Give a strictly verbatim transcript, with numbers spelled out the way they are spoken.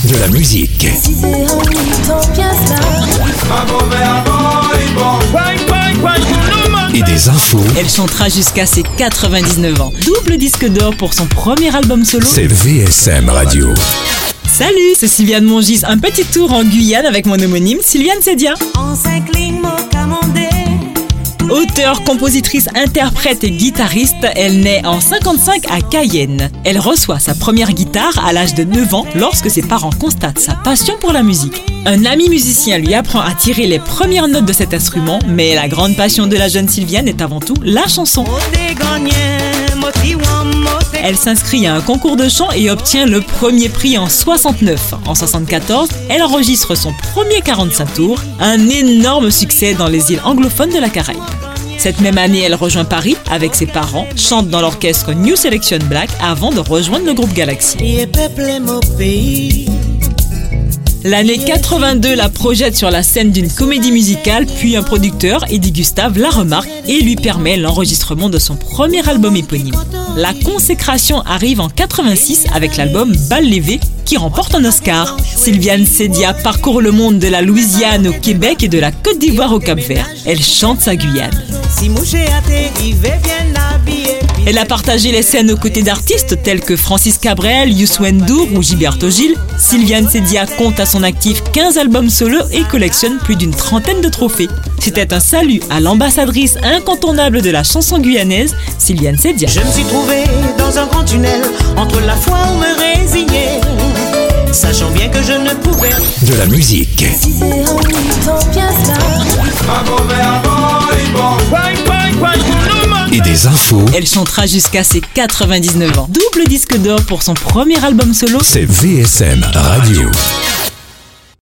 De la musique. Et des infos. Elle chantera jusqu'à ses quatre-vingt-dix-neuf ans. Double disque d'or pour son premier album solo. C'est V S M Radio. Salut, c'est Sylviane Mongis. Un petit tour en Guyane avec mon homonyme Sylviane Sedia. Auteure, compositrice, interprète et guitariste, elle naît en cinquante-cinq à Cayenne. Elle reçoit sa première guitare à l'âge de neuf ans lorsque ses parents constatent sa passion pour la musique. Un ami musicien lui apprend à tirer les premières notes de cet instrument, mais la grande passion de la jeune Sylviane est avant tout la chanson. Elle s'inscrit à un concours de chant et obtient le premier prix en soixante-neuf. En soixante-quatorze, elle enregistre son premier quarante-cinq tours, un énorme succès dans les îles anglophones de la Caraïbe. Cette même année, elle rejoint Paris avec ses parents, chante dans l'orchestre New Selection Black avant de rejoindre le groupe Galaxy. L'année quatre-vingt-deux la projette sur la scène d'une comédie musicale, puis un producteur, Eddie Gustave, la remarque et lui permet l'enregistrement de son premier album éponyme. La consécration arrive en quatre-vingt-six avec l'album Bal Lévé qui remporte un Oscar. Sylviane Sedia parcourt le monde de la Louisiane au Québec et de la Côte d'Ivoire au Cap-Vert. Elle chante sa Guyane. Elle a partagé les scènes aux côtés d'artistes tels que Francis Cabrel, Youssou N'Dour ou Gilberto Gil. Sylviane Sedia compte à son actif quinze albums solo et collectionne plus d'une trentaine de trophées. C'était un salut à l'ambassadrice incontournable de la chanson guyanaise, Sylviane Sedia. Je me suis trouvé dans un grand tunnel entre la foi ou me résigner, sachant bien que je ne pouvais. De la musique. Et des infos. Elle chantera jusqu'à ses quatre-vingt-dix-neuf ans. Double disque d'or pour son premier album solo. C'est V S M Radio.